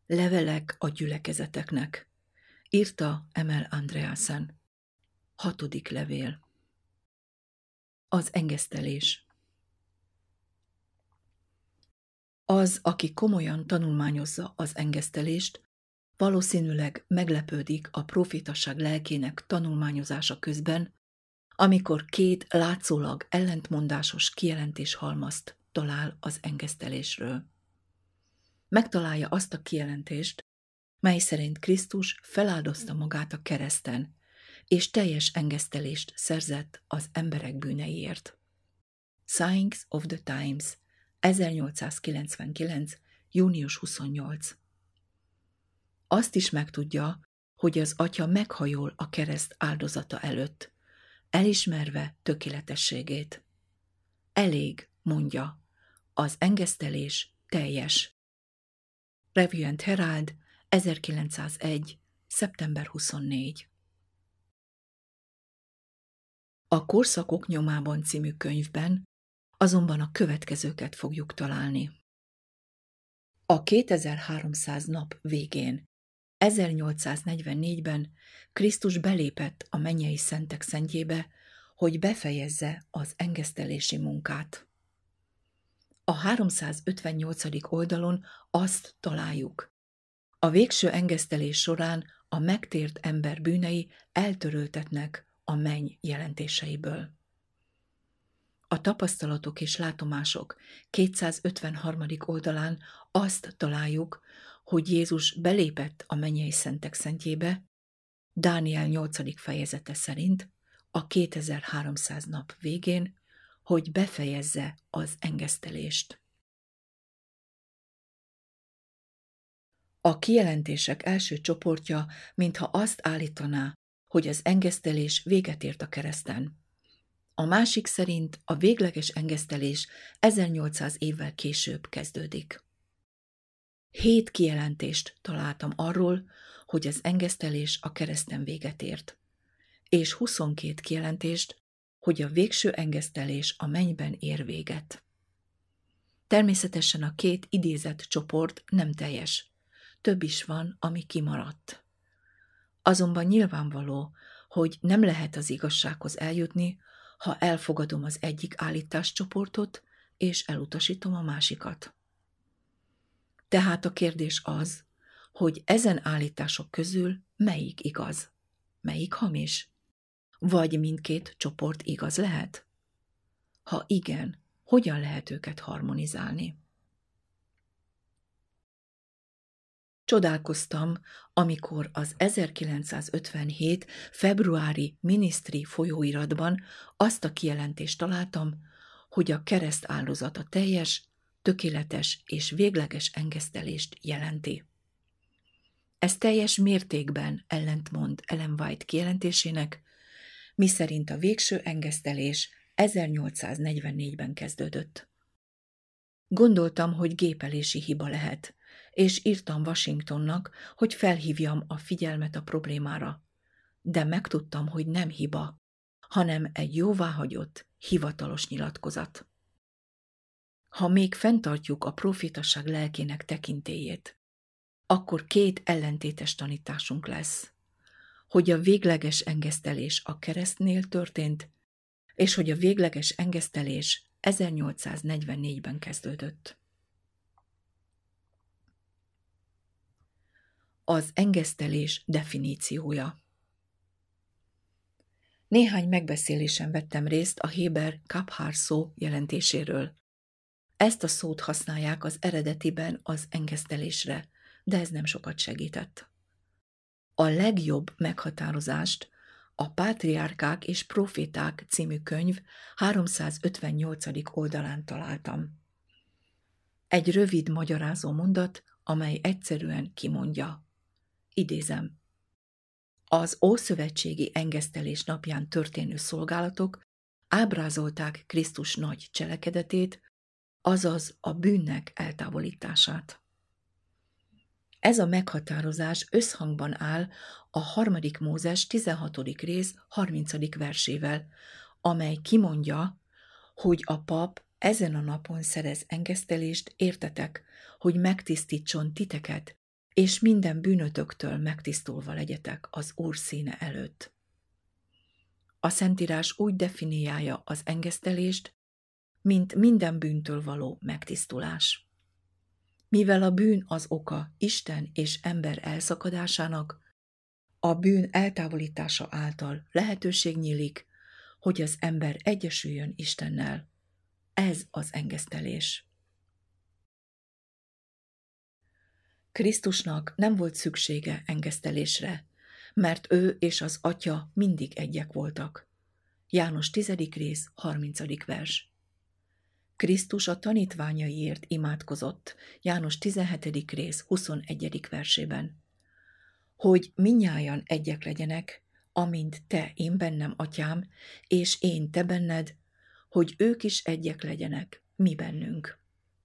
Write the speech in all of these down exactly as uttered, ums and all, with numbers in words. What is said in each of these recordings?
Levelek a gyülekezeteknek. Írta Emil Andreasen. Hatodik levél. Az engesztelés. Az, aki komolyan tanulmányozza az engesztelést, valószínűleg meglepődik a profétaság lelkének tanulmányozása közben, amikor két látszólag ellentmondásos kijelentéshalmazt talál az engesztelésről. Megtalálja azt a kijelentést, mely szerint Krisztus feláldozta magát a kereszten, és teljes engesztelést szerzett az emberek bűneiért. Signs of the Times, ezernyolcszázkilencvenkilenc. június huszonnyolcadika. Azt is megtudja, hogy az Atya meghajol a kereszt áldozata előtt, elismerve tökéletességét. Elég, mondja, az engesztelés teljes. Review and Herald, ezerkilencszázegy. szeptember huszonnégyedike. A Korszakok nyomában című könyvben azonban a következőket fogjuk találni. A kétezer-háromszáz nap végén, ezernyolcszáznegyvennégyben Krisztus belépett a mennyei szentek szentjébe, hogy befejezze az engesztelési munkát. A háromszázötvennyolcadik oldalon azt találjuk. A végső engesztelés során a megtért ember bűnei eltöröltetnek a menny jelentéseiből. A tapasztalatok és látomások kétszázötvenharmadik oldalán azt találjuk, hogy Jézus belépett a mennyei szentek szentjébe, Dániel nyolcadik fejezete szerint a kétezer-háromszáz nap végén, hogy befejezze az engesztelést. A kijelentések első csoportja mintha azt állítaná, hogy az engesztelés véget ért a kereszten. A másik szerint a végleges engesztelés ezernyolcszáz évvel később kezdődik. Hét kijelentést találtam arról, hogy az engesztelés a kereszten véget ért, és huszonkét kijelentést, hogy a végső engesztelés a mennyben ér véget. Természetesen a két idézett csoport nem teljes, több is van, ami kimaradt. Azonban nyilvánvaló, hogy nem lehet az igazsághoz eljutni, ha elfogadom az egyik állításcsoportot, és elutasítom a másikat. Tehát a kérdés az, hogy ezen állítások közül melyik igaz, melyik hamis? Vagy mindkét csoport igaz lehet? Ha igen, hogyan lehet őket harmonizálni? Csodálkoztam, amikor az ezerkilencszázötvenhét. februári minisztri folyóiratban azt a kijelentést találtam, hogy a kereszt áldozata teljes, tökéletes és végleges engesztelést jelenti. Ez teljes mértékben ellentmond Ellen White kijelentésének, miszerint a végső engesztelés ezernyolcszáznegyvennégyben kezdődött. Gondoltam, hogy gépelési hiba lehet, és írtam Washingtonnak, hogy felhívjam a figyelmet a problémára, de megtudtam, hogy nem hiba, hanem egy jóváhagyott, hivatalos nyilatkozat. Ha még fenntartjuk a profétaság lelkének tekintélyét, akkor két ellentétes tanításunk lesz, hogy a végleges engesztelés a keresztnél történt, és hogy a végleges engesztelés ezernyolcszáznegyvennégyben kezdődött. Az engesztelés definíciója. Néhány megbeszélésen vettem részt a héber kaphár szó jelentéséről. Ezt a szót használják az eredetiben az engesztelésre, de ez nem sokat segített. A legjobb meghatározást a Pátriárkák és Proféták című könyv háromszázötvennyolcadik oldalán találtam. Egy rövid magyarázó mondat, amely egyszerűen kimondja. Idézem. Az ószövetségi engesztelés napján történő szolgálatok ábrázolták Krisztus nagy cselekedetét, azaz a bűnnek eltávolítását. Ez a meghatározás összhangban áll a harmadik Mózes tizenhatodik rész harmincadik versével, amely kimondja, hogy a pap ezen a napon szerez engesztelést értetek, hogy megtisztítson titeket, és minden bűnötöktől megtisztulva legyetek az Úr színe előtt. A Szentírás úgy definiálja az engesztelést, mint minden bűntől való megtisztulás. Mivel a bűn az oka Isten és ember elszakadásának, a bűn eltávolítása által lehetőség nyílik, hogy az ember egyesüljön Istennel. Ez az engesztelés. Krisztusnak nem volt szüksége engesztelésre, mert ő és az Atya mindig egyek voltak. János tizedik rész, harmincadik vers. Krisztus a tanítványaiért imádkozott, János tizenhetedik rész, huszonegyedik versében. Hogy mindnyájan egyek legyenek, amint te én bennem, Atyám, és én te benned, hogy ők is egyek legyenek, mi bennünk.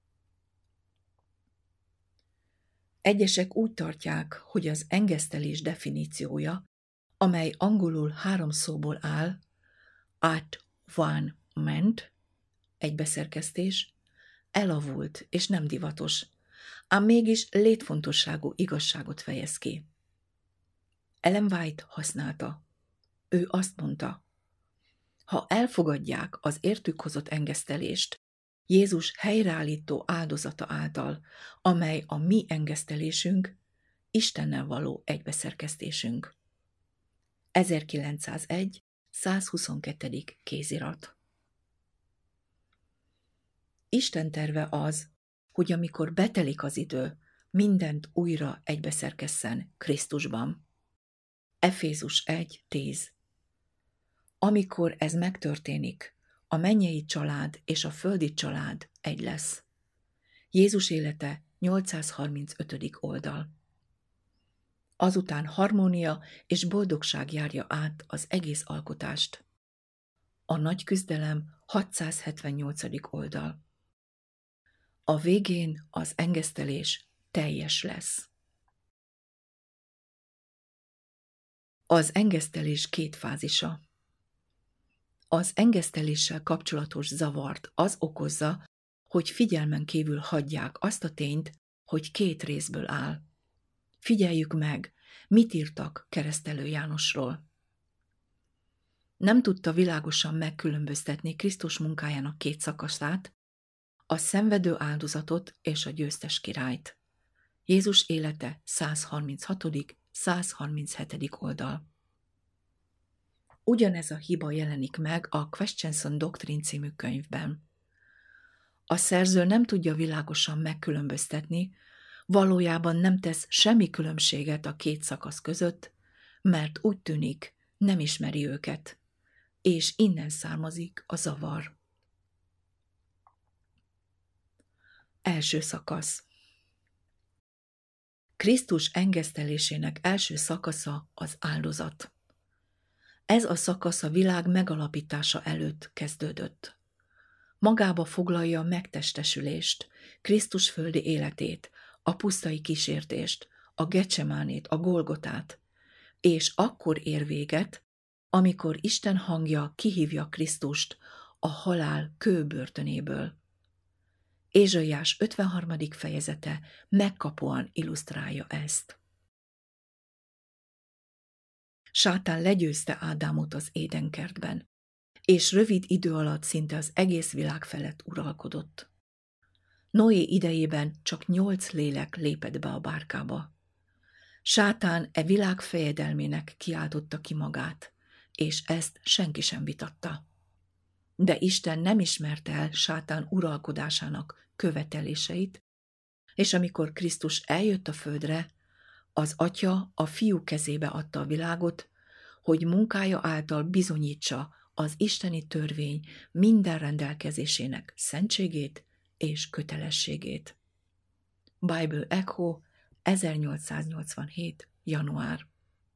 Egyesek úgy tartják, hogy az engesztelés definíciója, amely angolul három szóból áll, at one ment, egybeszerkesztés, elavult és nem divatos, ám mégis létfontosságú igazságot fejez ki. Ellen White használta. Ő azt mondta, ha elfogadják az értük hozott engesztelést Jézus helyreállító áldozata által, amely a mi engesztelésünk, Istennel való egybeszerkesztésünk. ezerkilencszázegy százhuszonkettő. kézirat. Isten terve az, hogy amikor betelik az idő, mindent újra egybeszerkesszen Krisztusban. Efézus egy tíz. Amikor ez megtörténik, a mennyei család és a földi család egy lesz. Jézus élete nyolcszázharmincötödik oldal. Azután harmónia és boldogság járja át az egész alkotást. A nagy küzdelem hatszázhetvennyolcadik oldal. A végén az engesztelés teljes lesz. Az engesztelés két fázisa. Az engeszteléssel kapcsolatos zavart az okozza, hogy figyelmen kívül hagyják azt a tényt, hogy két részből áll. Figyeljük meg, mit írtak Keresztelő Jánosról. Nem tudta világosan megkülönböztetni Krisztus munkájának két szakaszát, a szenvedő áldozatot és a győztes királyt. Jézus élete százharminchatodik százharminchetedik oldal. Ugyanez a hiba jelenik meg a Questions on Doctrine című könyvben. A szerző nem tudja világosan megkülönböztetni, valójában nem tesz semmi különbséget a két szakasz között, mert úgy tűnik, nem ismeri őket, és innen származik a zavar. Első szakasz. Krisztus engesztelésének első szakasza az áldozat. Ez a szakasz a világ megalapítása előtt kezdődött. Magába foglalja a megtestesülést, Krisztus földi életét, a pusztai kísértést, a Getsemánét, a Golgotát, és akkor ér véget, amikor Isten hangja kihívja Krisztust a halál kőbörtönéből. Ézsaiás ötvenharmadik fejezete megkapóan illusztrálja ezt. Sátán legyőzte Ádámot az édenkertben, és rövid idő alatt szinte az egész világ felett uralkodott. Noé idejében csak nyolc lélek lépett be a bárkába. Sátán e világ fejedelmének kiáltotta ki magát, és ezt senki sem vitatta. De Isten nem ismerte el Sátán uralkodásának követeléseit, és amikor Krisztus eljött a földre, az Atya a Fiú kezébe adta a világot, hogy munkája által bizonyítsa az isteni törvény minden rendelkezésének szentségét és kötelességét. Bible Echo, ezernyolcszáznyolcvanhét. január.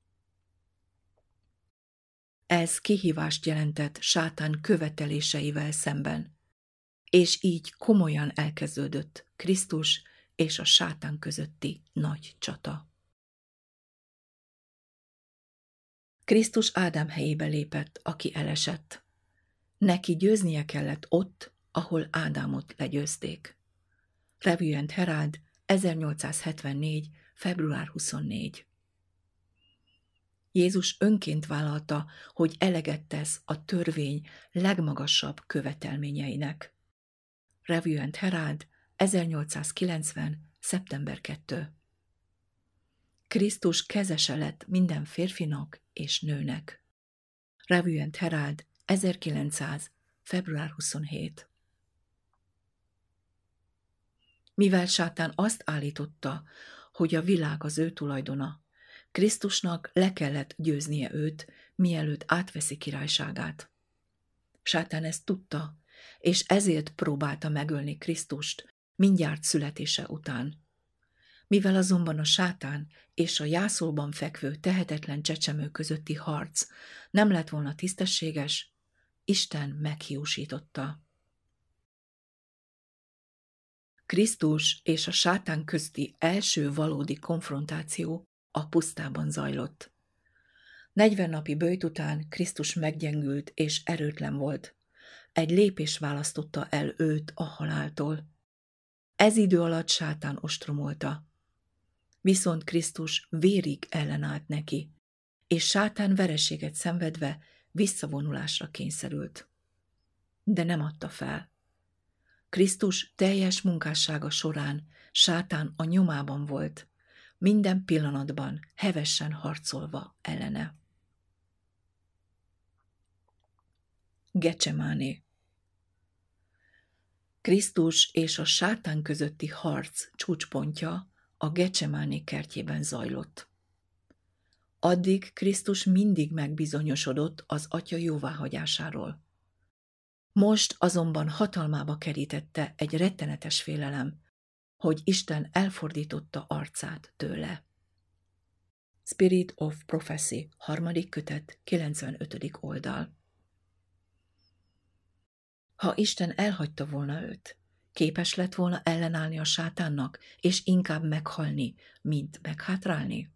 Ez kihívást jelentett Sátán követeléseivel szemben, és így komolyan elkezdődött Krisztus és a Sátán közötti nagy csata. Krisztus Ádám helyébe lépett, aki elesett. Neki győznie kellett ott, ahol Ádámot legyőzték. Revue and Herald, ezernyolcszázhetvennégy. február huszonnégy. Jézus önként vállalta, hogy eleget tesz a törvény legmagasabb követelményeinek. Revue and Herald, ezernyolcszázkilencven. szeptember másodika. Krisztus kezese lett minden férfinak és nőnek. Revue and Herald, ezerkilencszáz. február huszonhétedike. Mivel sátán azt állította, hogy a világ az ő tulajdona, Krisztusnak le kellett győznie őt, mielőtt átveszi királyságát. Sátán ezt tudta, és ezért próbálta megölni Krisztust mindjárt születése után. Mivel azonban a sátán és a jászolban fekvő tehetetlen csecsemő közötti harc nem lett volna tisztességes, Isten meghiúsította. Krisztus és a sátán közti első valódi konfrontáció a pusztában zajlott. Negyven napi böjt után Krisztus meggyengült és erőtlen volt. Egy lépés választotta el őt a haláltól. Ez idő alatt sátán ostromolta. Viszont Krisztus vérig ellenállt neki, és sátán vereséget szenvedve visszavonulásra kényszerült. De nem adta fel. Krisztus teljes munkássága során sátán a nyomában volt, minden pillanatban hevesen harcolva ellene. Gecsemáné. Krisztus és a sátán közötti harc csúcspontja a Gecsemáné kertjében zajlott. Addig Krisztus mindig megbizonyosodott az Atya jóváhagyásáról. Most azonban hatalmába kerítette egy rettenetes félelem, hogy Isten elfordította arcát tőle. Spirit of Prophecy, harmadik kötet, kilencvenötödik oldal. Ha Isten elhagyta volna őt, képes lett volna ellenállni a sátánnak, és inkább meghalni, mint meghátrálni?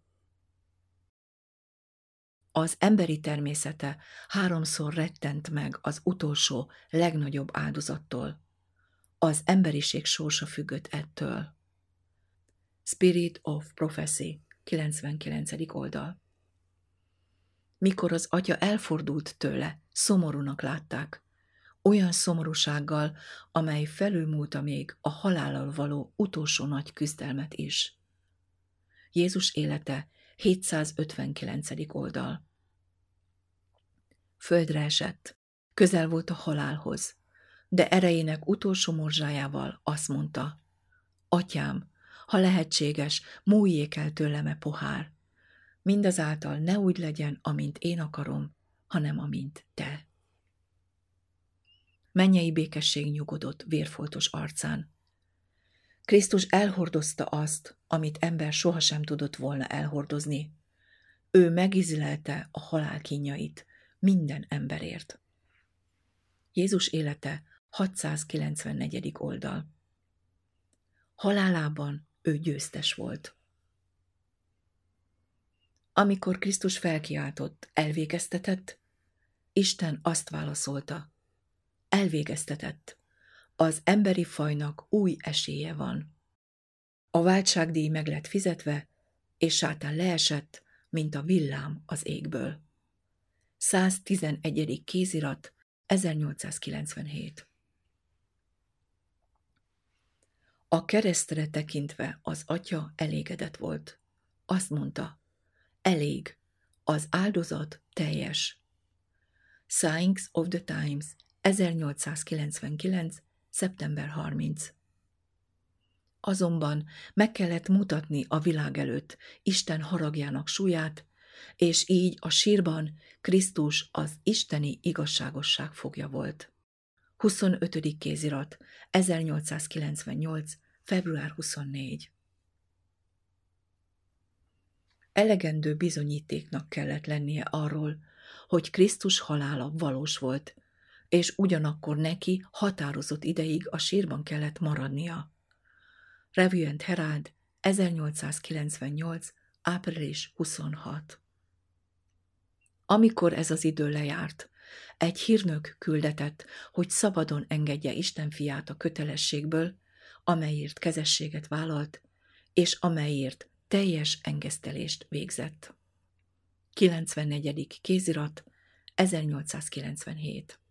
Az emberi természete háromszor rettent meg az utolsó, legnagyobb áldozattól. Az emberiség sorsa függött ettől. Spirit of Prophecy, kilencvenkilencedik oldal. Mikor az Atya elfordult tőle, szomorúnak látták, olyan szomorúsággal, amely felülmúlta még a halállal való utolsó nagy küzdelmet is. Jézus élete, hétszázötvenkilencedik oldal. Földre esett, közel volt a halálhoz, de erejének utolsó morzsájával azt mondta: Atyám, ha lehetséges, múljék el tőlem e pohár. Mindazáltal ne úgy legyen, amint én akarom, hanem amint te. Mennyei békesség nyugodott vérfoltos arcán. Krisztus elhordozta azt, amit ember sohasem tudott volna elhordozni. Ő megizlelte a halál kínjait minden emberért. Jézus élete, hatszázkilencvennegyedik oldal. Halálában ő győztes volt. Amikor Krisztus felkiáltott, elvégeztetett, Isten azt válaszolta: elvégeztetett. Az emberi fajnak új esélye van. A váltságdíj meg lett fizetve, és sátán leesett, mint a villám az égből. száztizenegyedik kézirat, ezernyolcszázkilencvenhét. A keresztre tekintve az Atya elégedett volt. Azt mondta: elég, az áldozat teljes. Signs of the Times, ezernyolcszázkilencvenkilenc. szeptember harmincadika. Azonban meg kellett mutatni a világ előtt Isten haragjának súlyát, és így a sírban Krisztus az isteni igazságosság fogja volt. huszonötödik kézirat, ezernyolcszázkilencvennyolc. február huszonnégyedike. Elegendő bizonyítéknak kellett lennie arról, hogy Krisztus halála valós volt, és ugyanakkor neki határozott ideig a sírban kellett maradnia. Revue and Herald, ezernyolcszázkilencvennyolc. április huszonhatodika. Amikor ez az idő lejárt, egy hírnök küldetett, hogy szabadon engedje Isten fiát a kötelességből, amelyért kezességet vállalt, és amelyért teljes engesztelést végzett. kilencvennegyedik kézirat, ezernyolcszázkilencvenhét.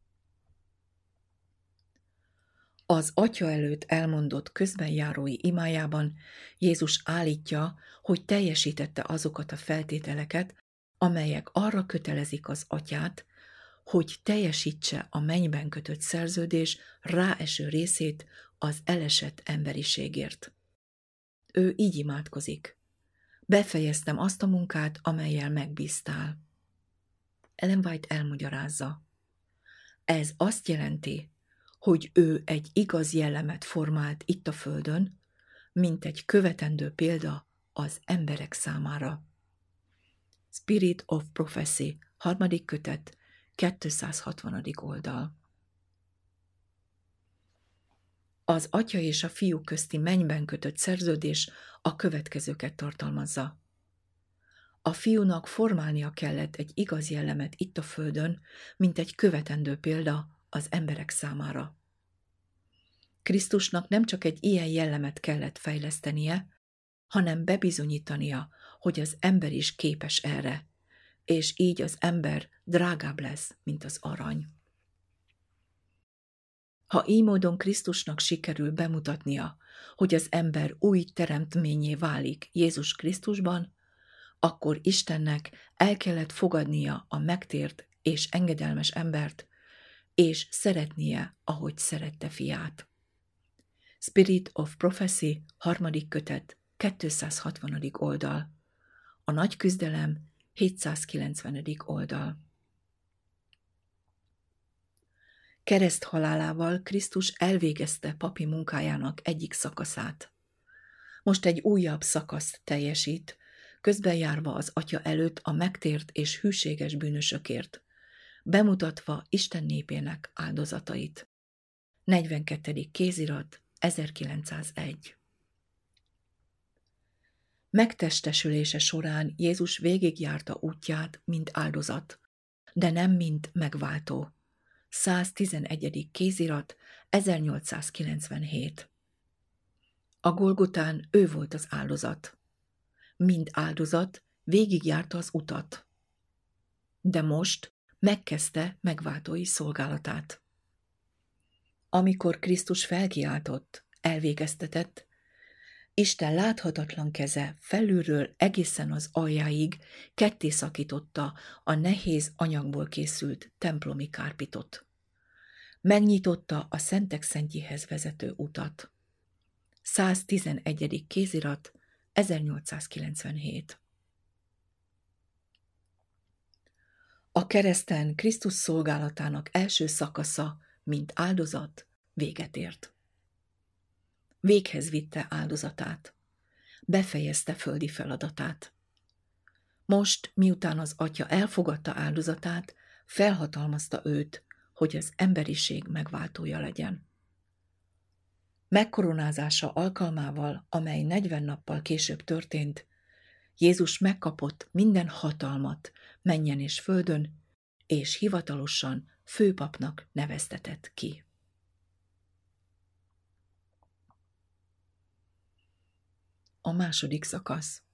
Az Atya előtt elmondott közbenjárói imájában Jézus állítja, hogy teljesítette azokat a feltételeket, amelyek arra kötelezik az Atyát, hogy teljesítse a mennyben kötött szerződés ráeső részét az elesett emberiségért. Ő így imádkozik: befejeztem azt a munkát, amellyel megbíztál. Ellen White elmagyarázza: ez azt jelenti, hogy ő egy igaz jellemet formált itt a földön, mint egy követendő példa az emberek számára. Spirit of Prophecy, harmadik kötet, kétszázhatvanedik oldal. Az Atya és a Fiú közti mennyben kötött szerződés a következőket tartalmazza. A Fiúnak formálnia kellett egy igaz jellemet itt a földön, mint egy követendő példa az emberek számára. Krisztusnak nem csak egy ilyen jellemet kellett fejlesztenie, hanem bebizonyítania, hogy az ember is képes erre, és így az ember drágább lesz, mint az arany. Ha így módon Krisztusnak sikerül bemutatnia, hogy az ember új teremtményé válik Jézus Krisztusban, akkor Istennek el kellett fogadnia a megtért és engedelmes embert, és szeretnie, ahogy szerette fiát. Spirit of Prophecy, harmadik kötet, kétszázhatvanedik oldal. A Nagy Küzdelem, hétszázkilencvenedik oldal. Kereszthalálával Krisztus elvégezte papi munkájának egyik szakaszát. Most egy újabb szakaszt teljesít, közbenjárva az Atya előtt a megtért és hűséges bűnösökért, bemutatva Isten népének áldozatait. negyvenkettedik kézirat, ezerkilencszázegy. Megtestesülése során Jézus végigjárta útját, mint áldozat, de nem mint megváltó. száztizenegyedik kézirat, ezernyolcszázkilencvenhét. A Golgotán ő volt az áldozat. Mint áldozat végigjárta az utat. De most megkezdte megváltói szolgálatát. Amikor Krisztus felkiáltott, elvégeztetett, Isten láthatatlan keze felülről egészen az aljáig ketté szakította a nehéz anyagból készült templomi kárpitot. Megnyitotta a szentek szentjéhez vezető utat. száztizenegyedik kézirat, ezernyolcszázkilencvenhét. A kereszten Krisztus szolgálatának első szakasza, mint áldozat, véget ért. Véghez vitte áldozatát. Befejezte földi feladatát. Most, miután az Atya elfogadta áldozatát, felhatalmazta őt, hogy az emberiség megváltója legyen. Megkoronázása alkalmával, amely negyven nappal később történt, Jézus megkapott minden hatalmat mennyen és földön, és hivatalosan főpapnak neveztetett ki. A második szakasz.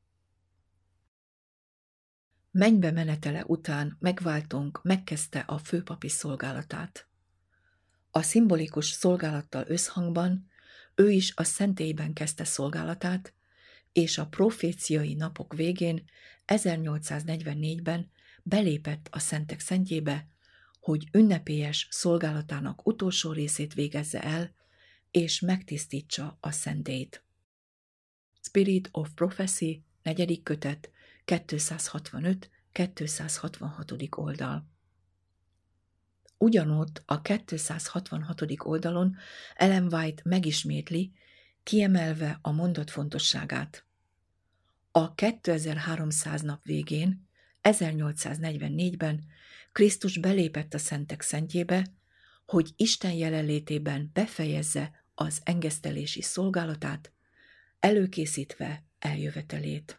Mennybe menetele után megváltónk megkezdte a főpapi szolgálatát. A szimbolikus szolgálattal összhangban ő is a szentélyben kezdte szolgálatát, és a proféciai napok végén ezernyolcszáznegyvennégyben belépett a szentek szentjébe, hogy ünnepélyes szolgálatának utolsó részét végezze el, és megtisztítsa a szentélyt. Spirit of Prophecy, negyedik kötet, kétszázhatvanöt kétszázhatvanhat. oldal. Ugyanott a kétszázhatvanhat. oldalon Ellen White megismétli, kiemelve a mondat fontosságát. A kétezer-háromszáz nap végén, ezernyolcszáznegyvennégyben Krisztus belépett a szentek szentjébe, hogy Isten jelenlétében befejezze az engesztelési szolgálatát, előkészítve eljövetelét.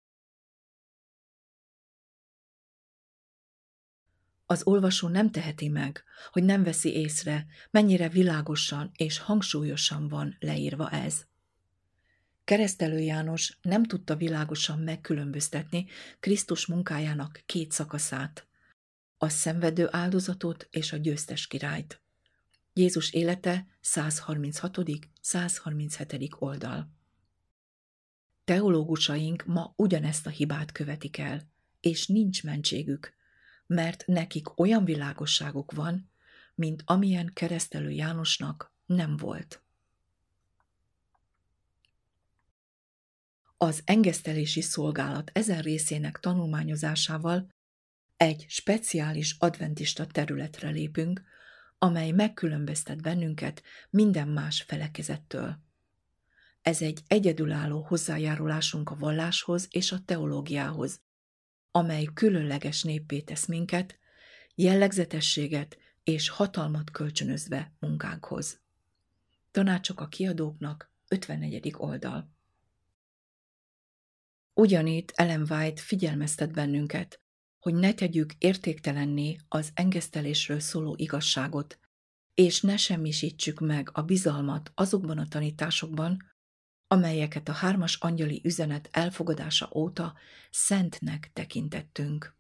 Az olvasó nem teheti meg, hogy nem veszi észre, mennyire világosan és hangsúlyosan van leírva ez. Keresztelő János nem tudta világosan megkülönböztetni Krisztus munkájának két szakaszát, a szenvedő áldozatot és a győztes királyt. Jézus élete száz harminchatodik száz harminchetedik oldal. Teológusaink ma ugyanezt a hibát követik el, és nincs mentségük, mert nekik olyan világosságuk van, mint amilyen Keresztelő Jánosnak nem volt. Az engesztelési szolgálat ezen részének tanulmányozásával egy speciális adventista területre lépünk, amely megkülönböztet bennünket minden más felekezettől. Ez egy egyedülálló hozzájárulásunk a valláshoz és a teológiához, amely különleges néppé tesz minket, jellegzetességet és hatalmat kölcsönözve munkánkhoz. Tanácsok a kiadóknak, ötvennegyedik oldal. Ugyanitt Ellen White figyelmeztet bennünket, hogy ne tegyük értéktelenné az engesztelésről szóló igazságot, és ne semmisítsük meg a bizalmat azokban a tanításokban, amelyeket a hármas angyali üzenet elfogadása óta szentnek tekintettünk.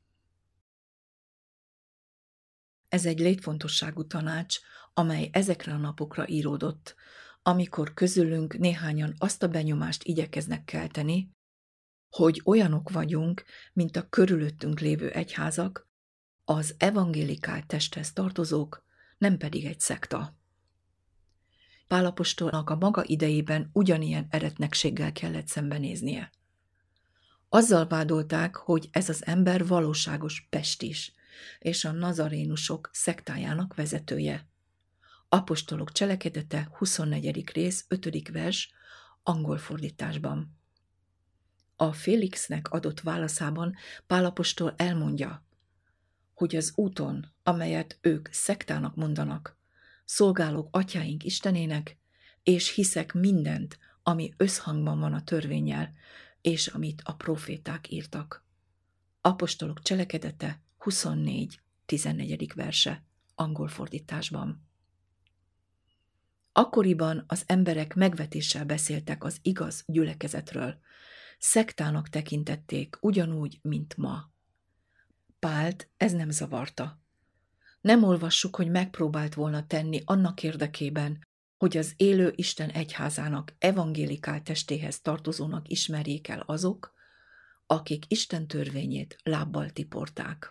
Ez egy létfontosságú tanács, amely ezekre a napokra íródott, amikor közülünk néhányan azt a benyomást igyekeznek kelteni, hogy olyanok vagyunk, mint a körülöttünk lévő egyházak, az evangélikál testhez tartozók, nem pedig egy szekta. Pál apostolnak a maga idejében ugyanilyen eretnekséggel kellett szembenéznie. Azzal vádolták, hogy ez az ember valóságos pestis, és a nazarénusok szektájának vezetője. Apostolok cselekedete, huszonnegyedik rész, ötödik vers, angol fordításban. A Félixnek adott válaszában Pál apostol elmondja, hogy az úton, amelyet ők szektának mondanak, szolgálok atyáink Istenének, és hiszek mindent, ami összhangban van a törvénnyel, és amit a proféták írtak. Apostolok cselekedete, huszonnégy, tizennegyedik verse, angol fordításban. Akkoriban az emberek megvetéssel beszéltek az igaz gyülekezetről, szektának tekintették ugyanúgy, mint ma. Pált ez nem zavarta. Nem olvassuk, hogy megpróbált volna tenni annak érdekében, hogy az élő Isten egyházának evangélikál testéhez tartozónak ismerjék el azok, akik Isten törvényét lábbal tiporták.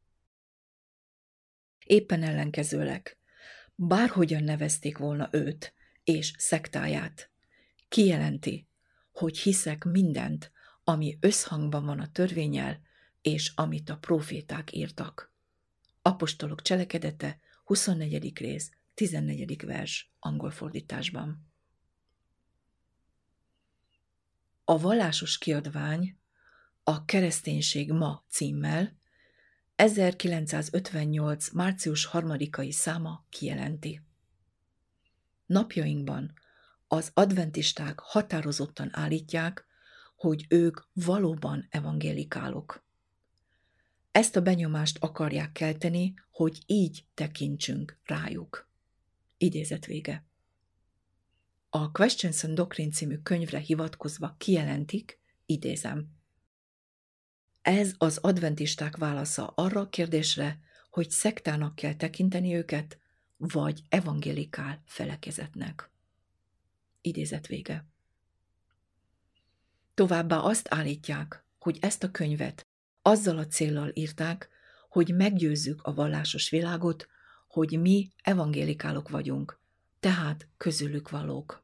Éppen ellenkezőleg, bárhogyan nevezték volna őt és szektáját, kijelenti, hogy hiszek mindent, ami összhangban van a törvénnyel, és amit a proféták írtak. Apostolok cselekedete, huszonnegyedik rész, tizennegyedik vers, angol fordításban. A vallásos kiadvány a Kereszténység ma címmel ezerkilencszázötvennyolc. március harmadikai száma kijelenti. Napjainkban az adventisták határozottan állítják, hogy ők valóban evangélikálok. Ezt a benyomást akarják kelteni, hogy így tekintsünk rájuk. Idézet vége. A Questions on Doctrine című könyvre hivatkozva kijelentik, idézem. Ez az adventisták válasza arra a kérdésre, hogy szektának kell tekinteni őket, vagy evangélikál felekezetnek. Idézet vége. Továbbá azt állítják, hogy ezt a könyvet azzal a céllal írták, hogy meggyőzzük a vallásos világot, hogy mi evangélikálok vagyunk, tehát közülük valók.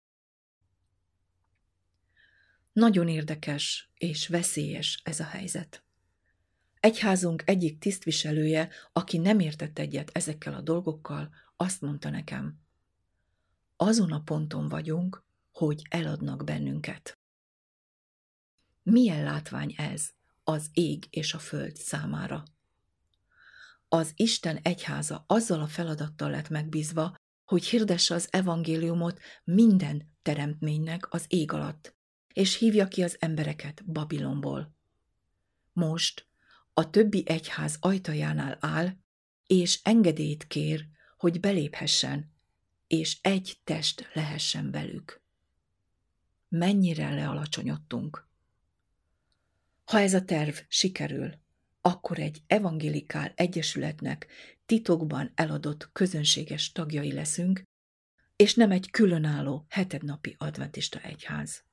Nagyon érdekes és veszélyes ez a helyzet. Egyházunk egyik tisztviselője, aki nem értett egyet ezekkel a dolgokkal, azt mondta nekem, azon a ponton vagyunk, hogy eladnak bennünket. Milyen látvány ez az ég és a föld számára? Az Isten egyháza azzal a feladattal lett megbízva, hogy hirdesse az evangéliumot minden teremtménynek az ég alatt, és hívja ki az embereket Babilonból. Most a többi egyház ajtajánál áll, és engedélyt kér, hogy beléphessen, és egy test lehessen velük. mennyire lealacsonyodtunk. Ha ez a terv sikerül, akkor egy evangelikál egyesületnek titokban eladott közönséges tagjai leszünk, és nem egy különálló hetednapi adventista egyház.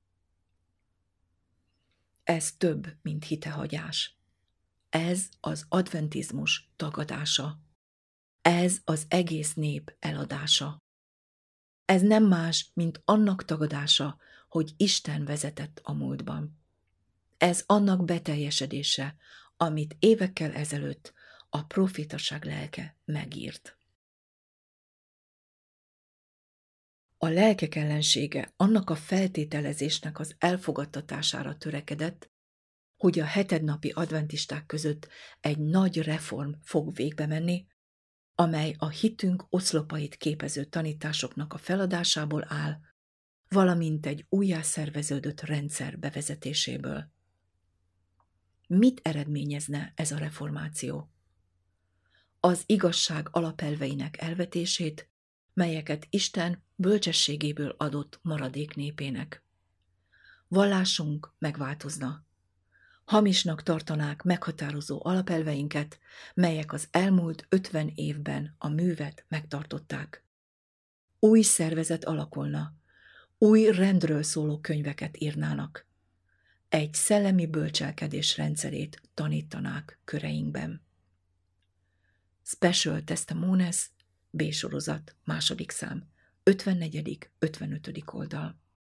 Ez több, mint hitehagyás. Ez az adventizmus tagadása. Ez az egész nép eladása. Ez nem más, mint annak tagadása, hogy Isten vezetett a múltban. Ez annak beteljesedése, amit évekkel ezelőtt a profétaság lelke megírt. A lelkek ellensége annak a feltételezésnek az elfogadtatására törekedett, hogy a hetednapi adventisták között egy nagy reform fog végbe menni, amely a hitünk oszlopait képező tanításoknak a feladásából áll, valamint egy újjászerveződött rendszer bevezetéséből. Mit eredményezne ez a reformáció? Az igazság alapelveinek elvetését, melyeket Isten bölcsességéből adott maradék népének. Vallásunk megváltozna. Hamisnak tartanák meghatározó alapelveinket, melyek az elmúlt ötven évben a művet megtartották. Új szervezet alakulna, új rendről szóló könyveket írnának. Egy szellemi bölcselkedés rendszerét tanítanák köreinkben. Special Testimonies, B sorozat, második szám, ötvennegyedik ötvenötödik oldal.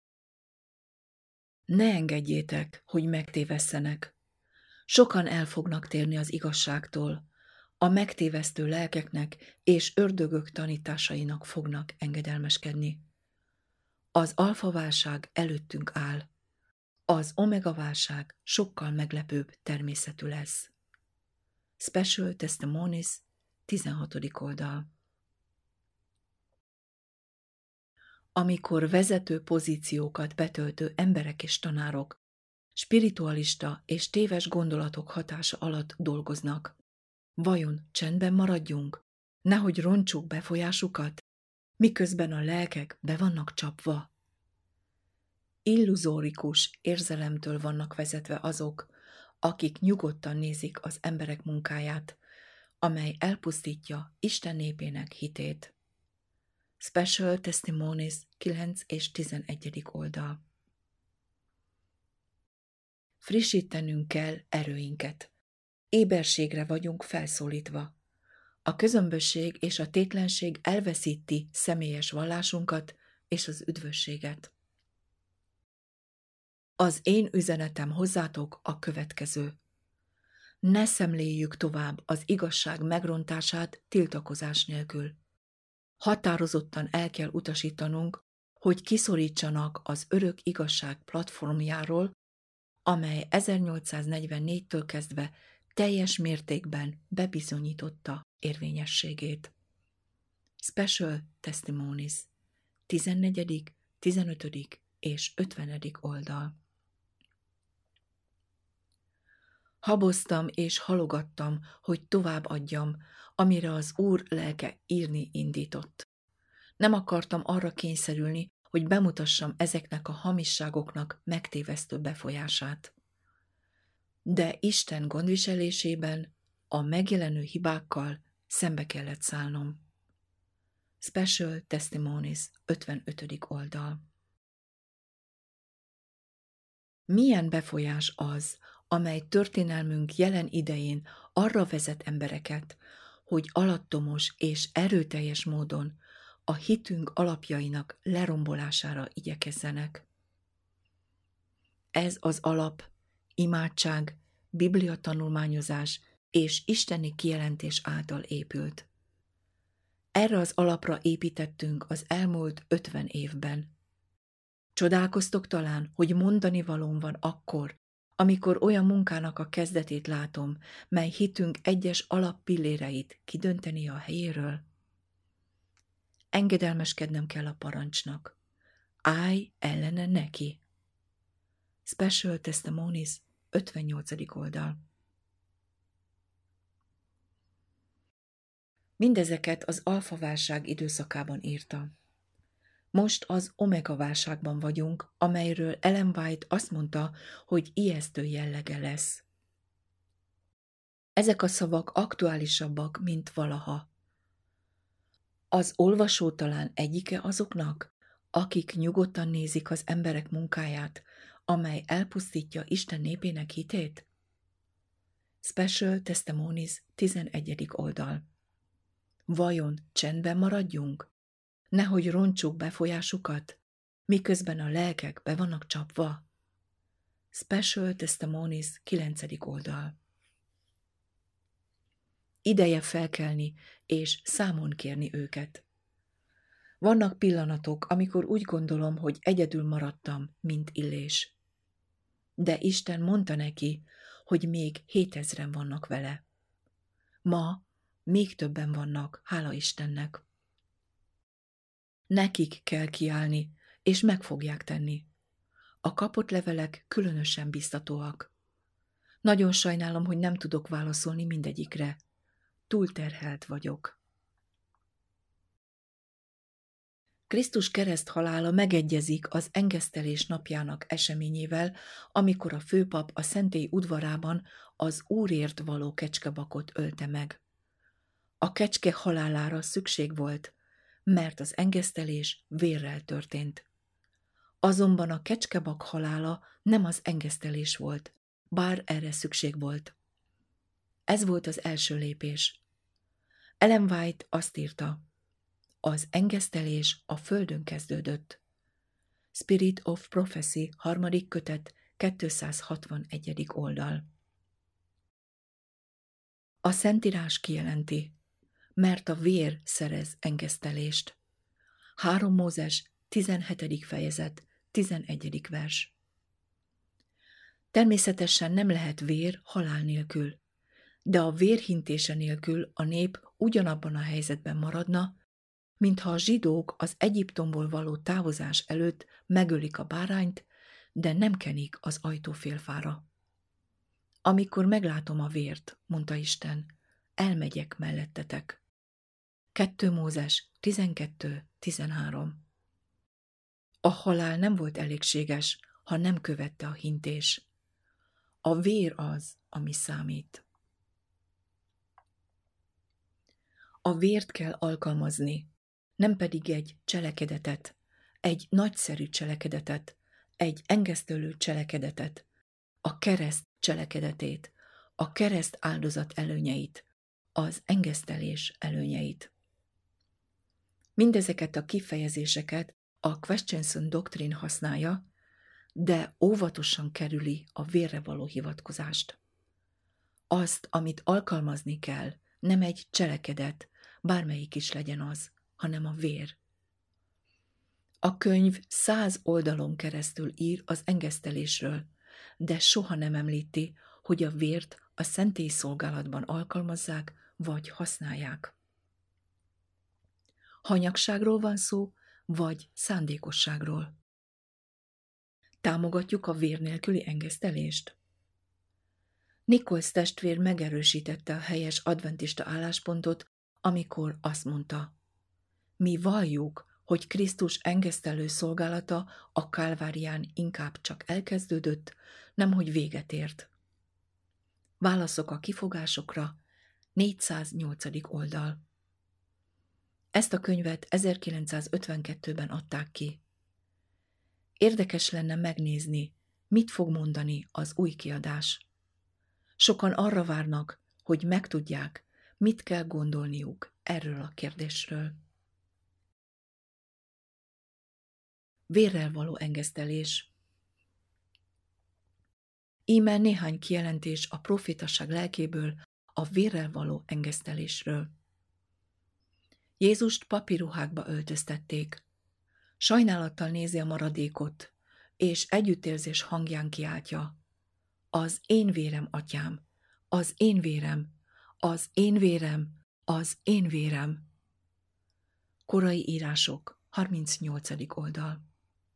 Ne engedjétek, hogy megtévesszenek. Sokan el fognak térni az igazságtól, a megtévesztő lelkeknek és ördögök tanításainak fognak engedelmeskedni. Az alfaválság előttünk áll. Az omegaválság sokkal meglepőbb természetű lesz. Special Testimonies, tizenhatodik oldal. Amikor vezető pozíciókat betöltő emberek és tanárok spiritualista és téves gondolatok hatása alatt dolgoznak, vajon csendben maradjunk, nehogy rontsuk befolyásukat, miközben a lelkek be vannak csapva? Illuzórikus érzelemtől vannak vezetve azok, akik nyugodtan nézik az emberek munkáját, amely elpusztítja Isten népének hitét. Special Testimonies, kilenc és tizenegyedik oldal. Frissítenünk kell erőinket. Éberségre vagyunk felszólítva. A közömbösség és a tétlenség elveszíti személyes vallásunkat és az üdvösséget. Az én üzenetem hozzátok a következő. Ne szemléljük tovább az igazság megrontását tiltakozás nélkül. Határozottan el kell utasítanunk, hogy kiszorítsanak az örök igazság platformjáról, amely ezernyolcszáznegyvennégytől kezdve teljes mértékben bebizonyította érvényességét. Special Testimonies, tizennegyedik, tizenötödik és ötvenedik oldal. Haboztam és halogattam, hogy tovább adjam, amire az Úr lelke írni indított. Nem akartam arra kényszerülni, hogy bemutassam ezeknek a hamisságoknak megtévesztő befolyását. De Isten gondviselésében a megjelenő hibákkal szembe kellett szállnom. Special Testimonies, ötvenötödik oldal. Milyen befolyás az, amely történelmünk jelen idején arra vezet embereket, hogy alattomos és erőteljes módon a hitünk alapjainak lerombolására igyekezzenek. Ez az alap, imádság, bibliatanulmányozás és isteni kijelentés által épült. Erre az alapra építettünk az elmúlt ötven évben. Csodálkoztok talán, hogy mondani valóm van akkor, amikor olyan munkának a kezdetét látom, mely hitünk egyes alappilléreit kidönteni a helyéről? Engedelmeskednem kell a parancsnak. Állj ellene neki. Special Testimonies, ötvennyolcadik oldal. Mindezeket az alfaválság időszakában írta. Most az omega válságban vagyunk, amelyről Ellen White azt mondta, hogy ijesztő jellege lesz. Ezek a szavak aktuálisabbak, mint valaha. Az olvasó talán egyike azoknak, akik nyugodtan nézik az emberek munkáját, amely elpusztítja Isten népének hitét? Special Testimonies, tizenegyedik oldal. Vajon csendben maradjunk? Nehogy rontsuk befolyásukat, miközben a lelkek be vannak csapva? Special Testimonies, kilencedik oldal. Ideje felkelni és számon kérni őket. Vannak pillanatok, amikor úgy gondolom, hogy egyedül maradtam, mint Illés. De Isten mondta neki, hogy még hétezren vannak vele. Ma még többen vannak, hála Istennek. Nekik kell kiállni, és meg fogják tenni. A kapott levelek különösen biztatóak. Nagyon sajnálom, hogy nem tudok válaszolni mindegyikre. Túlterhelt vagyok. Krisztus kereszt halála megegyezik az engesztelés napjának eseményével, amikor a főpap a szentély udvarában az Úrért való kecskebakot ölte meg. A kecske halálára szükség volt, mert az engesztelés vérrel történt. Azonban a kecskebak halála nem az engesztelés volt, bár erre szükség volt. Ez volt az első lépés. Ellen White azt írta: az engesztelés a földön kezdődött. Spirit of Prophecy, harmadik kötet, kétszázhatvanegyedik oldal. A Szentírás kijelenti, mert a vér szerez engesztelést. három Mózes, tizenhetedik fejezet, tizenegyedik vers. Természetesen nem lehet vér halál nélkül, de a vérhintése nélkül a nép ugyanabban a helyzetben maradna, mintha a zsidók az Egyiptomból való távozás előtt megölik a bárányt, de nem kenik az ajtófélfára. Amikor meglátom a vért, mondta Isten, elmegyek mellettetek. kettő Mózes, tizenkettő tizenhárom. A halál nem volt elégséges, ha nem követte a hintés. A vér az, ami számít. A vért kell alkalmazni, nem pedig egy cselekedetet, egy nagyszerű cselekedetet, egy engesztelő cselekedetet, a kereszt cselekedetét, a kereszt áldozat előnyeit, az engesztelés előnyeit. Mindezeket a kifejezéseket a Questionson Doctrine használja, de óvatosan kerüli a vérre való hivatkozást. Azt, amit alkalmazni kell, nem egy cselekedet, bármelyik is legyen az, hanem a vér. A könyv száz oldalon keresztül ír az engesztelésről, de soha nem említi, hogy a vért a szentély szolgálatban alkalmazzák vagy használják. Hanyagságról van szó, vagy szándékosságról. Támogatjuk a vér nélküli engesztelést? Nichols testvér megerősítette a helyes adventista álláspontot, amikor azt mondta: mi valljuk, hogy Krisztus engesztelő szolgálata a Kálvárián inkább csak elkezdődött, nemhogy véget ért. Válaszok a kifogásokra, négyszáznyolcadik oldal. Ezt a könyvet ezerkilencszázötvenkettőben adták ki. Érdekes lenne megnézni, mit fog mondani az új kiadás. Sokan arra várnak, hogy megtudják, mit kell gondolniuk erről a kérdésről. Vérrel való engesztelés. Íme néhány kijelentés a profétasság lelkéből a vérrel való engesztelésről. Jézust papíruhákba öltöztették. Sajnálattal nézi a maradékot, és együttérzés hangján kiáltja: az én vérem, atyám, az én vérem, az én vérem, az én vérem. Korai írások, harmincnyolcadik oldal.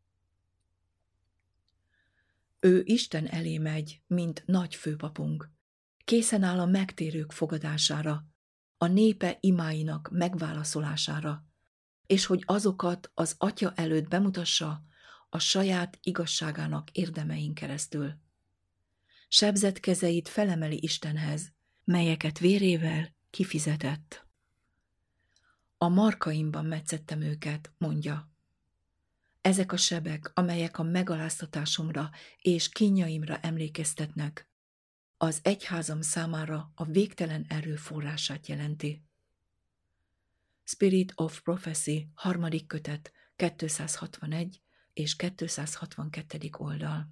Ő Isten elé megy, mint nagy főpapunk. Készen áll a megtérők fogadására, a népe imáinak megválaszolására, és hogy azokat az Atya előtt bemutassa a saját igazságának érdemein keresztül. Sebzett kezeit felemeli Istenhez, melyeket vérével kifizetett. A markaimban metszettem őket, mondja. Ezek a sebek, amelyek a megaláztatásomra és kínjaimra emlékeztetnek, az egyházam számára a végtelen erő forrását jelenti. Spirit of Prophecy, harmadik kötet, kétszázhatvanegy és kétszázhatvankettő. oldal.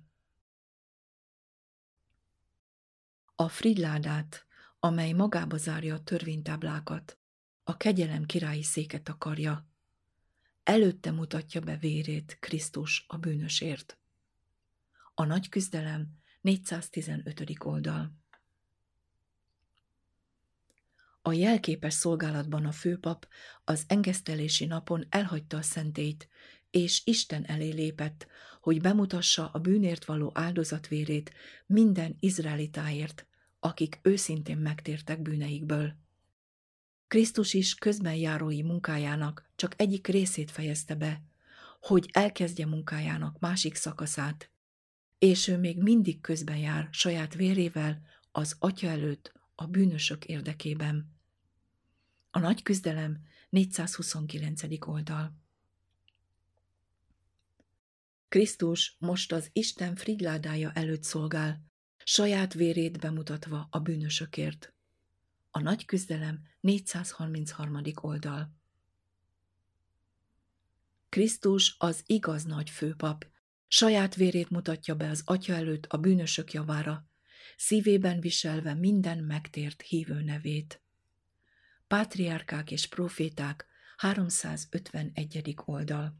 A Fridládát, amely magába zárja a törvénytáblákat, a kegyelem királyi széket akarja, előtte mutatja be vérét Krisztus a bűnösért. A nagy küzdelem, négyszáztizenötödik oldal. A jelképes szolgálatban a főpap az engesztelési napon elhagyta a szentélyt, és Isten elé lépett, hogy bemutassa a bűnért való áldozatvérét minden izraelitáért, akik őszintén megtértek bűneikből. Krisztus is közbenjárói munkájának csak egyik részét fejezte be, hogy elkezdje munkájának másik szakaszát, és ő még mindig közben jár saját vérével az Atya előtt a bűnösök érdekében. A nagy küzdelem, négyszázhuszonkilencedik oldal. Krisztus most az Isten Fridládája előtt szolgál, saját vérét bemutatva a bűnösökért. A nagy küzdelem, négyszázharmincharmadik oldal. Krisztus az igaz nagy főpap, saját vérét mutatja be az Atya előtt a bűnösök javára, szívében viselve minden megtért hívő nevét. Pátriárkák és proféták, háromszázötvenegyedik oldal.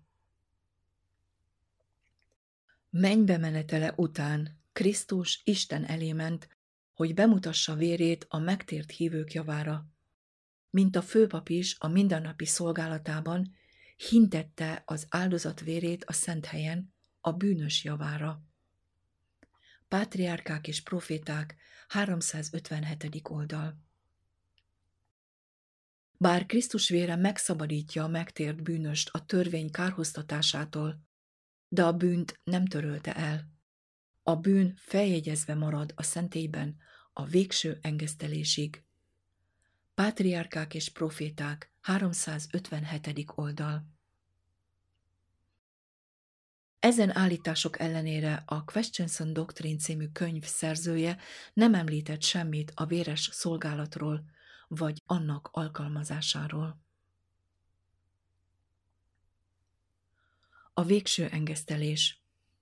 Mennybe menetele után Krisztus Isten elé ment, hogy bemutassa vérét a megtért hívők javára. Mint a főpap is a mindennapi szolgálatában hintette az áldozat vérét a szent helyen, a bűnös javára. Pátriárkák és proféták, háromszázötvenhetedik oldal. Bár Krisztus vére megszabadítja a megtért bűnöst a törvény kárhoztatásától, de a bűnt nem törölte el. A bűn feljegyezve marad a szentélyben a végső engesztelésig. Pátriárkák és proféták, háromszázötvenhetedik oldal. Ezen állítások ellenére a Questions on Doctrine című könyv szerzője nem említett semmit a véres szolgálatról, vagy annak alkalmazásáról. A végső engesztelés.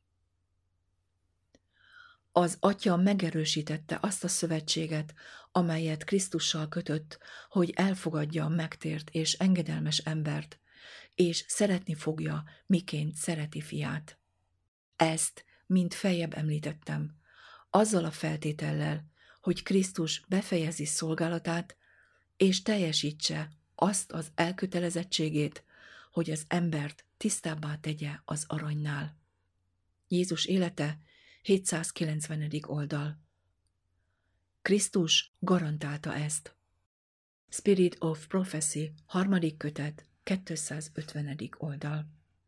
Az Atya megerősítette azt a szövetséget, amelyet Krisztussal kötött, hogy elfogadja a megtért és engedelmes embert, és szeretni fogja, miként szereti fiát. Ezt, mint feljebb említettem, azzal a feltétellel, hogy Krisztus befejezi szolgálatát, és teljesítse azt az elkötelezettségét, hogy az embert tisztábbá tegye az aranynál. Jézus élete, hétszázkilencvenedik oldal. Krisztus garantálta ezt. Spirit of Prophecy, harmadik kötet, kétszázötvenedik oldal.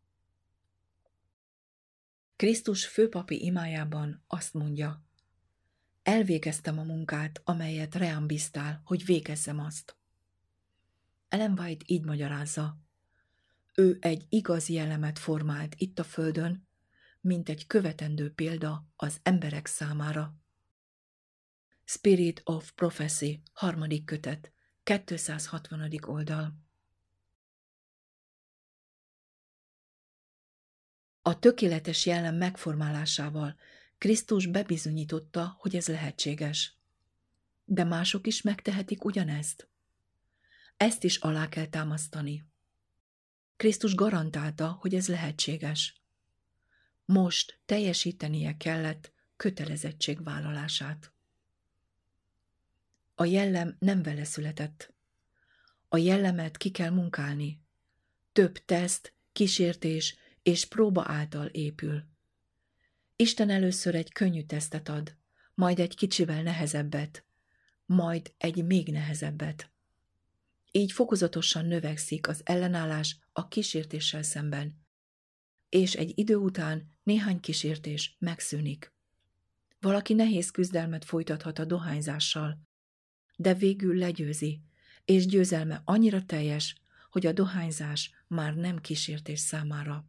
Krisztus főpapi imájában azt mondja: elvégeztem a munkát, amelyet reám bíztál, hogy végezzem azt. Ellen White így magyarázza: ő egy igazi jellemet formált itt a földön, mint egy követendő példa az emberek számára. Spirit of Prophecy, harmadik kötet, kétszázhatvanadik oldal. A tökéletes jellem megformálásával Krisztus bebizonyította, hogy ez lehetséges. De mások is megtehetik ugyanezt. Ezt is alá kell támasztani. Krisztus garantálta, hogy ez lehetséges. Most teljesítenie kellett kötelezettségvállalását. A jellem nem vele született. A jellemet ki kell munkálni. Több teszt, kísértés és próba által épül. Isten először egy könnyű tesztet ad, majd egy kicsivel nehezebbet, majd egy még nehezebbet. Így fokozatosan növekszik az ellenállás a kísértéssel szemben, és egy idő után néhány kísértés megszűnik. Valaki nehéz küzdelmet folytathat a dohányzással, de végül legyőzi, és győzelme annyira teljes, hogy a dohányzás már nem kísértés számára.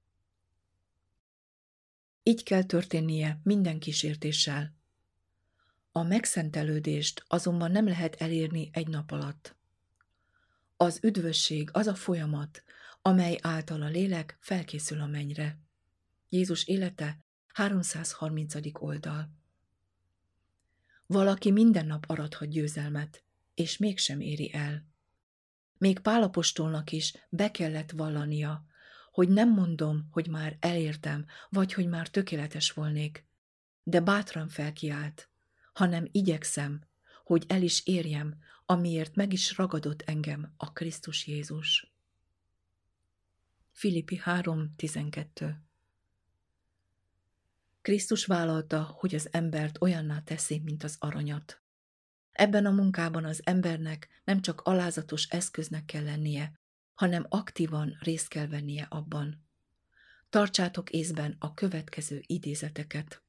Így kell történnie minden kísértéssel. A megszentelődést azonban nem lehet elérni egy nap alatt. Az üdvösség az a folyamat, amely által a lélek felkészül a mennyre. Jézus élete, háromszázharmincadik oldal. Valaki minden nap arathat győzelmet, és mégsem éri el. Még Pál apostolnak is be kellett vallania, hogy nem mondom, hogy már elértem, vagy hogy már tökéletes volnék, de bátran felkiált, hanem igyekszem, hogy el is érjem, amiért meg is ragadott engem a Krisztus Jézus. Filippi három tizenkettő. Krisztus vállalta, hogy az embert olyanná teszi, mint az aranyat. Ebben a munkában az embernek nem csak alázatos eszköznek kell lennie, hanem aktívan részt kell vennie abban. Tartsátok észben a következő idézeteket.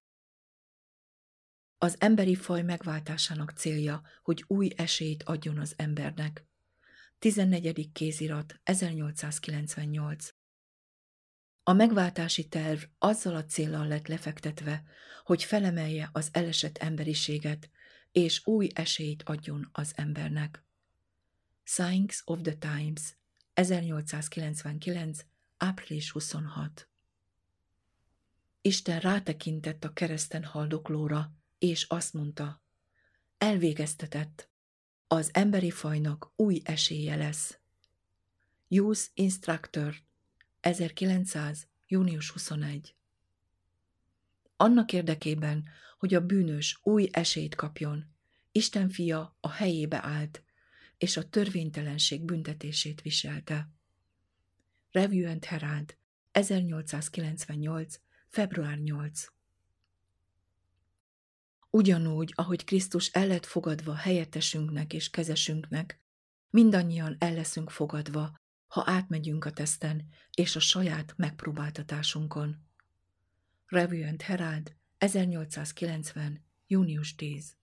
Az emberi faj megváltásának célja, hogy új esélyt adjon az embernek. tizennegyedik kézirat, ezernyolcszázkilencvennyolc. A megváltási terv azzal a céllal lett lefektetve, hogy felemelje az elesett emberiséget, és új esélyt adjon az embernek. Signs of the Times, ezernyolcszázkilencvenkilenc. április huszonhatodika. Isten rátekintett a kereszten haldoklóra, és azt mondta, elvégeztetett, az emberi fajnak új esélye lesz. Use Instructor, ezerkilencszáz. június huszonegyedike. Annak érdekében, hogy a bűnös új esélyt kapjon, Isten fia a helyébe állt, és a törvénytelenség büntetését viselte. Review and Herald, ezernyolcszázkilencvennyolc. február nyolcadika. Ugyanúgy, ahogy Krisztus el lett fogadva helyettesünknek és kezesünknek, mindannyian el leszünk fogadva, ha átmegyünk a teszten és a saját megpróbáltatásunkon. Review and Herald, ezernyolcszázkilencven. június tíz.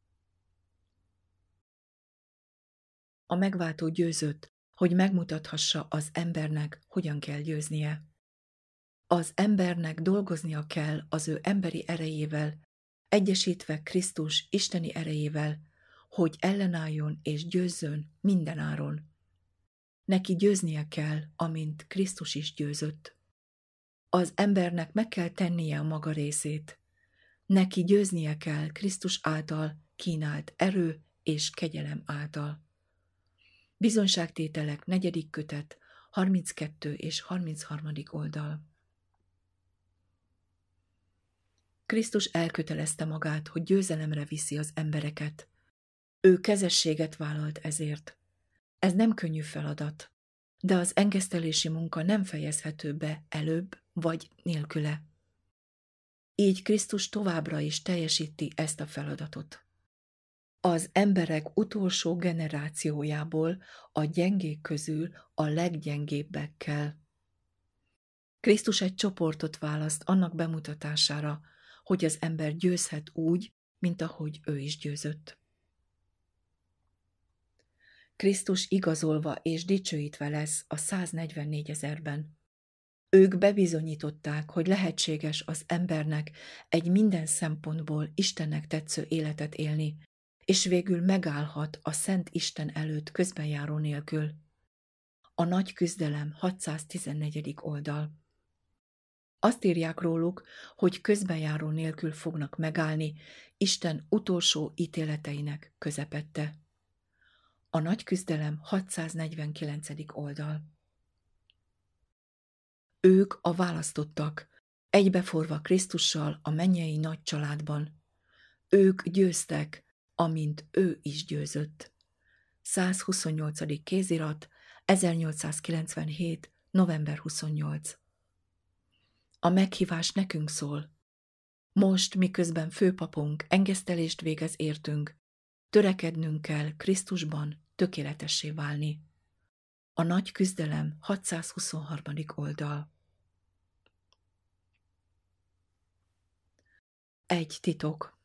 A megváltó győzött, hogy megmutathassa az embernek, hogyan kell győznie. Az embernek dolgoznia kell az ő emberi erejével, egyesítve Krisztus isteni erejével, hogy ellenálljon és győzzön mindenáron. Neki győznie kell, amint Krisztus is győzött. Az embernek meg kell tennie a maga részét. Neki győznie kell Krisztus által kínált erő és kegyelem által. Bizonyságtételek negyedik kötet, harminckettő és harmincharmadik oldal. Krisztus elkötelezte magát, hogy győzelemre viszi az embereket. Ő kezességet vállalt ezért. Ez nem könnyű feladat, de az engesztelési munka nem fejezhető be előbb vagy nélküle. Így Krisztus továbbra is teljesíti ezt a feladatot. Az emberek utolsó generációjából a gyengék közül a leggyengébbekkel. Krisztus egy csoportot választ annak bemutatására, hogy az ember győzhet úgy, mint ahogy ő is győzött. Krisztus igazolva és dicsőítve lesz a száznegyvennégyezer-ben. Ők bebizonyították, hogy lehetséges az embernek egy minden szempontból Istennek tetsző életet élni, és végül megállhat a Szent Isten előtt közbenjáró nélkül. A nagy küzdelem, hatszáztizennegyedik oldal. Azt írják róluk, hogy közbenjáró nélkül fognak megállni Isten utolsó ítéleteinek közepette. A nagy küzdelem, hatszáznegyvenkilencedik oldal. Ők a választottak, egybeforva Krisztussal a mennyei nagy családban. Ők győztek, amint ő is győzött. százhuszonnyolcadik kézirat, ezernyolcszázkilencvenhét. november huszonnyolcadika. A meghívás nekünk szól. Most, miközben főpapunk engesztelést végez értünk, törekednünk kell Krisztusban tökéletessé válni. A nagy küzdelem hatszázhuszonharmadik oldal. Egy titok.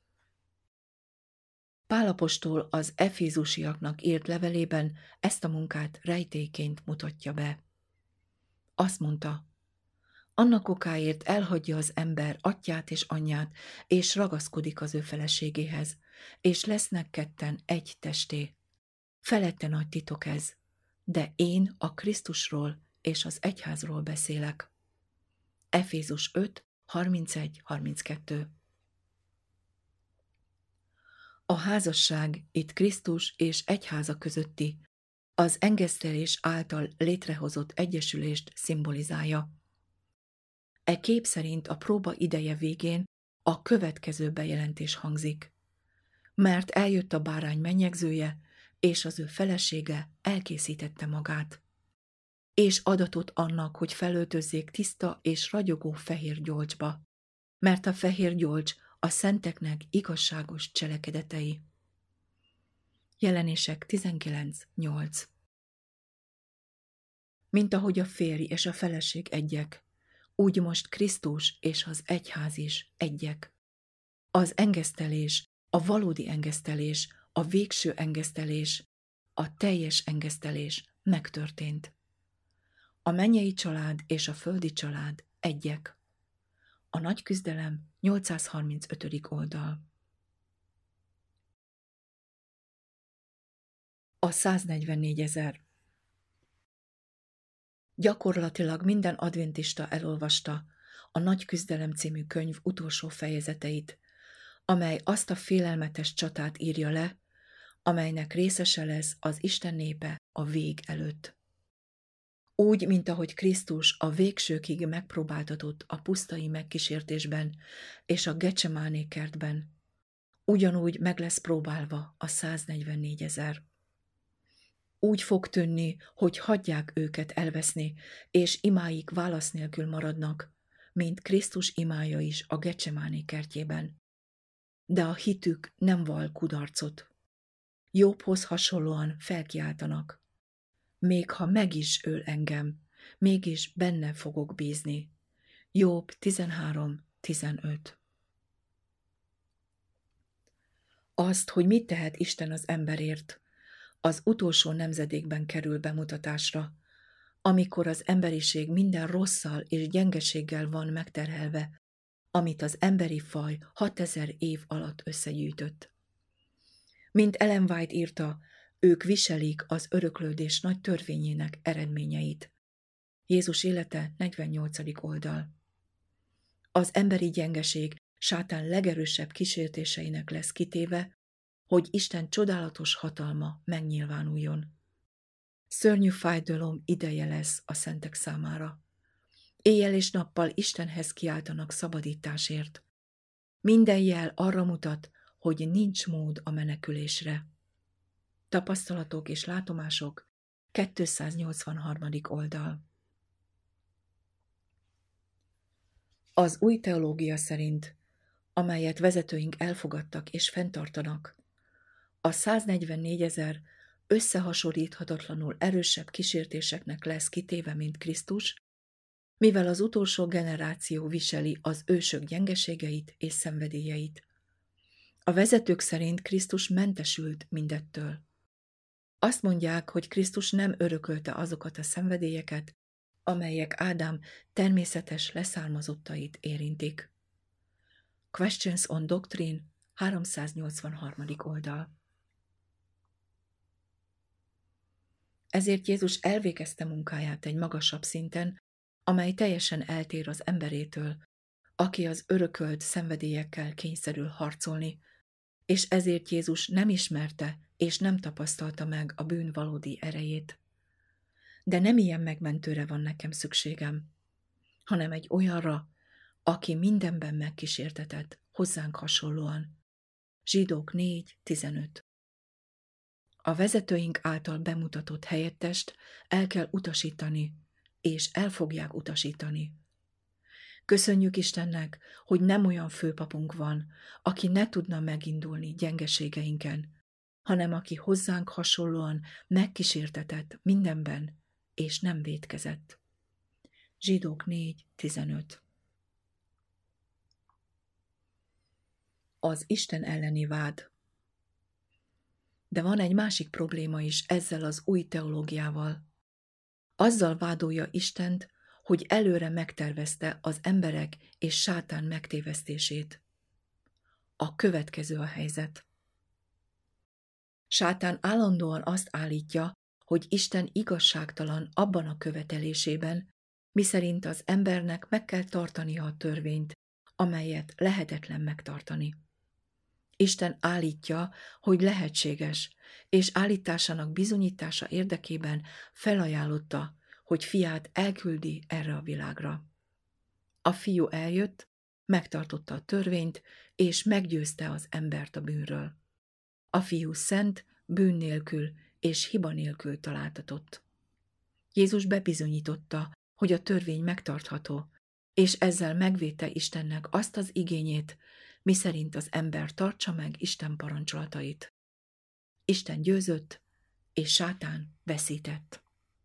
Pál apostol az efézusiaknak írt levelében ezt a munkát rejtélyként mutatja be. Azt mondta, annak okáért elhagyja az ember atyját és anyját, és ragaszkodik az ő feleségéhez, és lesznek ketten egy testé. Felette nagy titok ez, de én a Krisztusról és az egyházról beszélek. Efézus öt, harmincegy harminckettő. A házasság itt Krisztus és egyháza közötti, az engesztelés által létrehozott egyesülést szimbolizálja. E kép szerint a próba ideje végén a következő bejelentés hangzik. Mert eljött a bárány mennyegzője, és az ő felesége elkészítette magát. És adatot annak, hogy felöltözzék tiszta és ragyogó fehér gyolcsba, mert a fehér gyolcs a szenteknek igazságos cselekedetei. Jelenések tizenkilenc nyolc. Mint ahogy a férj és a feleség egyek, úgy most Krisztus és az egyház is egyek. Az engesztelés, a valódi engesztelés, a végső engesztelés, a teljes engesztelés megtörtént. A mennyei család és a földi család egyek. A nagy küzdelem nyolcszázharmincötödik oldal. A száznegyvennégyezer. Gyakorlatilag minden adventista elolvasta a Nagy küzdelem című könyv utolsó fejezeteit, amely azt a félelmetes csatát írja le, amelynek részese lesz az Isten népe a vég előtt. Úgy, mint ahogy Krisztus a végsőkig megpróbáltatott a pusztai megkísértésben és a Gecsemáné kertben, ugyanúgy meg lesz próbálva a száznegyvennégyezer. Úgy fog tűnni, hogy hagyják őket elveszni, és imáik válasz nélkül maradnak, mint Krisztus imája is a Gecsemáné kertjében. De a hitük nem val kudarcot. Jobbhoz hasonlóan felkiáltanak. Még ha meg is öl engem, mégis benne fogok bízni. Jobb tizenhárom tizenöt. Azt, hogy mit tehet Isten az emberért, az utolsó nemzedékben kerül bemutatásra, amikor az emberiség minden rosszal és gyengeséggel van megterhelve, amit az emberi faj hatezer év alatt összegyűjtött. Mint Ellen White írta, ők viselik az öröklődés nagy törvényének eredményeit. Jézus élete negyvennyolcadik oldal. Az emberi gyengeség sátán legerősebb kísértéseinek lesz kitéve, hogy Isten csodálatos hatalma megnyilvánuljon. Szörnyű fájdalom ideje lesz a szentek számára. Éjjel és nappal Istenhez kiáltanak szabadításért. Minden jel arra mutat, hogy nincs mód a menekülésre. Tapasztalatok és látomások, kétszáznyolcvanharmadik oldal. Az új teológia szerint, amelyet vezetőink elfogadtak és fenntartanak, a száznegyvennégyezer összehasonlíthatatlanul erősebb kísértéseknek lesz kitéve, mint Krisztus, mivel az utolsó generáció viseli az ősök gyengeségeit és szenvedélyeit. A vezetők szerint Krisztus mentesült mindettől. Azt mondják, hogy Krisztus nem örökölte azokat a szenvedélyeket, amelyek Ádám természetes leszármazottait érintik. Questions on Doctrine, háromszáznyolcvanharmadik oldal. Ezért Jézus elvégezte munkáját egy magasabb szinten, amely teljesen eltér az emberétől, aki az örökölt szenvedélyekkel kényszerül harcolni, és ezért Jézus nem ismerte és nem tapasztalta meg a bűn valódi erejét. De nem ilyen megmentőre van nekem szükségem, hanem egy olyanra, aki mindenben megkísértetett, hozzánk hasonlóan. Zsidók négy tizenöt. A vezetőink által bemutatott helyettest el kell utasítani, és el fogják utasítani. Köszönjük Istennek, hogy nem olyan főpapunk van, aki ne tudna megindulni gyengeségeinken, hanem aki hozzánk hasonlóan megkísértetett mindenben, és nem vétkezett. Zsidók négy tizenöt. Az Isten elleni vád. De van egy másik probléma is ezzel az új teológiával. Azzal vádolja Istent, hogy előre megtervezte az emberek és sátán megtévesztését. A következő a helyzet. Sátán állandóan azt állítja, hogy Isten igazságtalan abban a követelésében, miszerint az embernek meg kell tartania a törvényt, amelyet lehetetlen megtartani. Isten állítja, hogy lehetséges, és állításának bizonyítása érdekében felajánlotta, hogy fiát elküldi erre a világra. A fiú eljött, megtartotta a törvényt, és meggyőzte az embert a bűnről. A fiú szent, bűn nélkül és hiba nélkül találtatott. Jézus bebizonyította, hogy a törvény megtartható, és ezzel megvédte Istennek azt az igényét, miszerint az ember tartsa meg Isten parancsolatait. Isten győzött, és sátán veszített.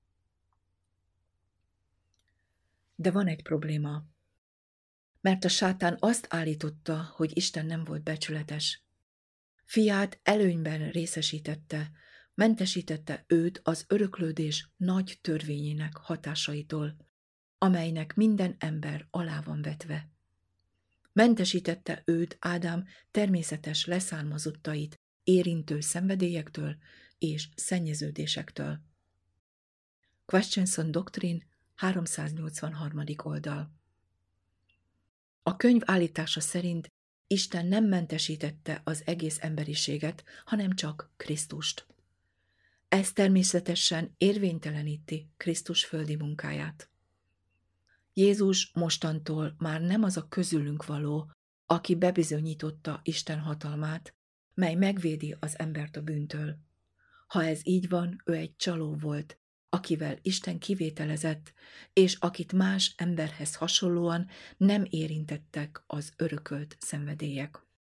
De van egy probléma, mert a sátán azt állította, hogy Isten nem volt becsületes. Fiát előnyben részesítette, mentesítette őt az öröklődés nagy törvényének hatásaitól, amelynek minden ember alá van vetve. Mentesítette őt Ádám természetes leszármazottait érintő szenvedélyektől és szennyeződésektől. Questions on Doctrine, háromszáznyolcvanharmadik oldal. A könyv állítása szerint Isten nem mentesítette az egész emberiséget, hanem csak Krisztust. Ez természetesen érvényteleníti Krisztus földi munkáját. Jézus mostantól már nem az a közülünk való, aki bebizonyította Isten hatalmát, mely megvédi az embert a bűntől. Ha ez így van, ő egy csaló volt, akivel Isten kivételezett, és akit más emberhez hasonlóan nem érintettek az örökölt szenvedélyek.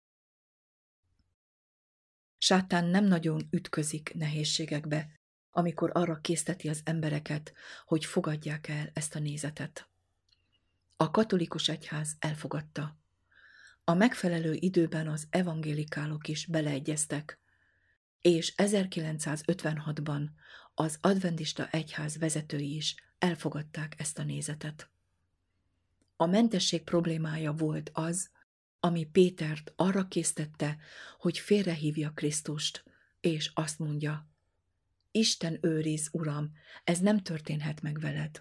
Sátán nem nagyon ütközik nehézségekbe, amikor arra készteti az embereket, hogy fogadják el ezt a nézetet. A katolikus egyház elfogadta. A megfelelő időben az evangélikálok is beleegyeztek, és ezerkilencszázötvenhatban az adventista egyház vezetői is elfogadták ezt a nézetet. A mentesség problémája volt az, ami Pétert arra késztette, hogy félrehívja Krisztust, és azt mondja: Isten őriz, Uram, ez nem történhet meg veled.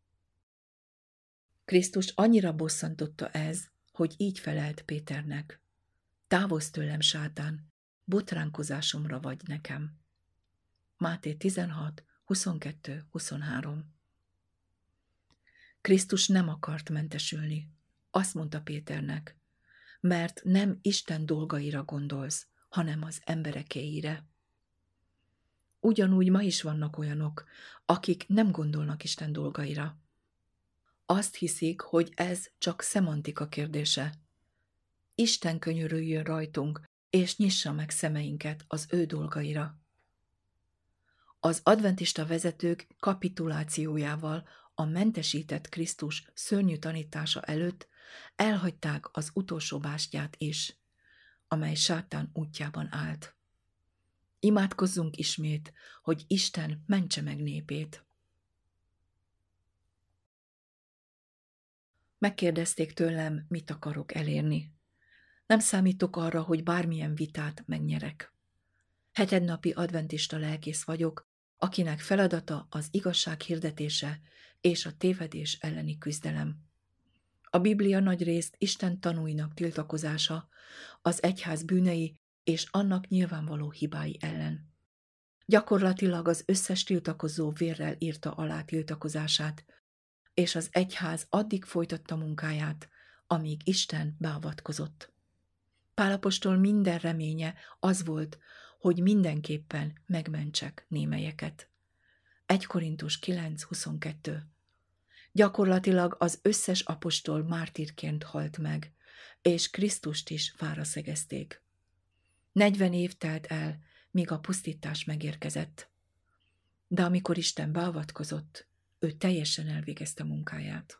Krisztust annyira bosszantotta ez, hogy így felelt Péternek: távozz tőlem, sátán, botránkozásomra vagy nekem. Máté tizenhat, huszonkettő, huszonhárom. Krisztus nem akart mentesülni. Azt mondta Péternek: mert nem Isten dolgaira gondolsz, hanem az emberekéire. Ugyanúgy ma is vannak olyanok, akik nem gondolnak Isten dolgaira. Azt hiszik, hogy ez csak szemantika kérdése. Isten könyörüljön rajtunk, és nyissa meg szemeinket az ő dolgaira. Az adventista vezetők kapitulációjával a mentesített Krisztus szörnyű tanítása előtt elhagyták az utolsó bástyát is, amely sátán útjában állt. Imádkozzunk ismét, hogy Isten mentse meg népét. Megkérdezték tőlem, mit akarok elérni. Nem számítok arra, hogy bármilyen vitát megnyerek. Hetednapi adventista lelkész vagyok, akinek feladata az igazság hirdetése és a tévedés elleni küzdelem. A Biblia nagyrészt Isten tanúinak tiltakozása az egyház bűnei és annak nyilvánvaló hibái ellen. Gyakorlatilag az összes tiltakozó vérrel írta alá tiltakozását, és az egyház addig folytatta munkáját, amíg Isten beavatkozott. Pál apostol minden reménye az volt, hogy mindenképpen megmentsek némelyeket. egy Korintus kilenc huszonkettő. Gyakorlatilag az összes apostol mártírként halt meg, és Krisztust is fára szegezték. Negyven év telt el, míg a pusztítás megérkezett. de amikor Isten beavatkozott, ő teljesen elvégezte munkáját.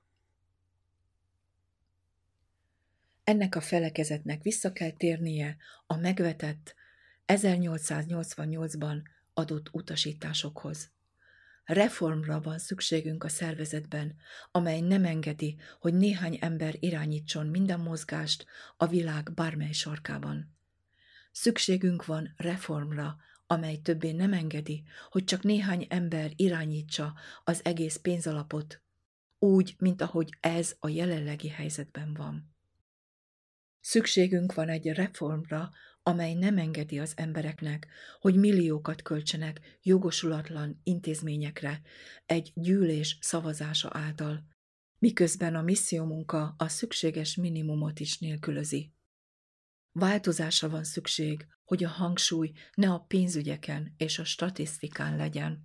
Ennek a felekezetnek vissza kell térnie a megvetett ezernyolcszáznyolcvannyolcban adott utasításokhoz. Reformra van szükségünk a szervezetben, amely nem engedi, hogy néhány ember irányítson minden mozgást a világ bármely sarkában. Szükségünk van reformra, amely többé nem engedi, hogy csak néhány ember irányítsa az egész pénzalapot, úgy, mint ahogy ez a jelenlegi helyzetben van. Szükségünk van egy reformra, amely nem engedi az embereknek, hogy milliókat költsenek jogosulatlan intézményekre egy gyűlés szavazása által, miközben a missziómunka a szükséges minimumot is nélkülözi. Változásra van szükség, hogy a hangsúly ne a pénzügyeken és a statisztikán legyen.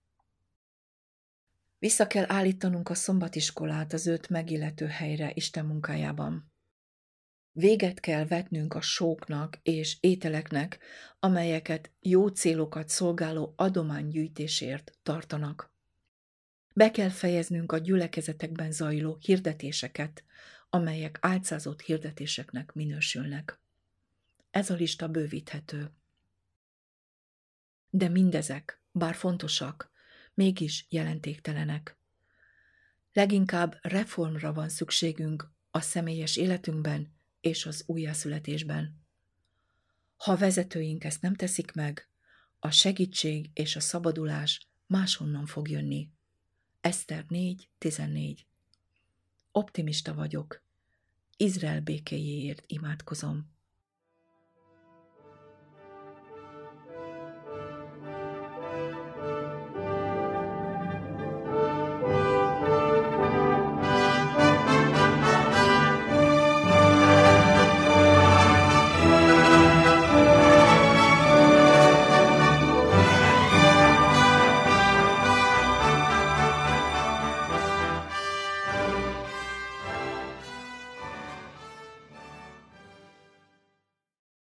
Vissza kell állítanunk a szombatiskolát az őt megillető helyre Isten munkájában. Véget kell vetnünk a sóknak és ételeknek, amelyeket jó célokat szolgáló adománygyűjtésért tartanak. Be kell fejeznünk a gyülekezetekben zajló hirdetéseket, amelyek álcázott hirdetéseknek minősülnek. Ez a lista bővíthető. De mindezek, bár fontosak, mégis jelentéktelenek. Leginkább reformra van szükségünk a személyes életünkben és az újjászületésben. Ha a vezetőink ezt nem teszik meg, a segítség és a szabadulás máshonnan fog jönni. Eszter négy tizennégy. Optimista vagyok. Izrael békéjéért imádkozom.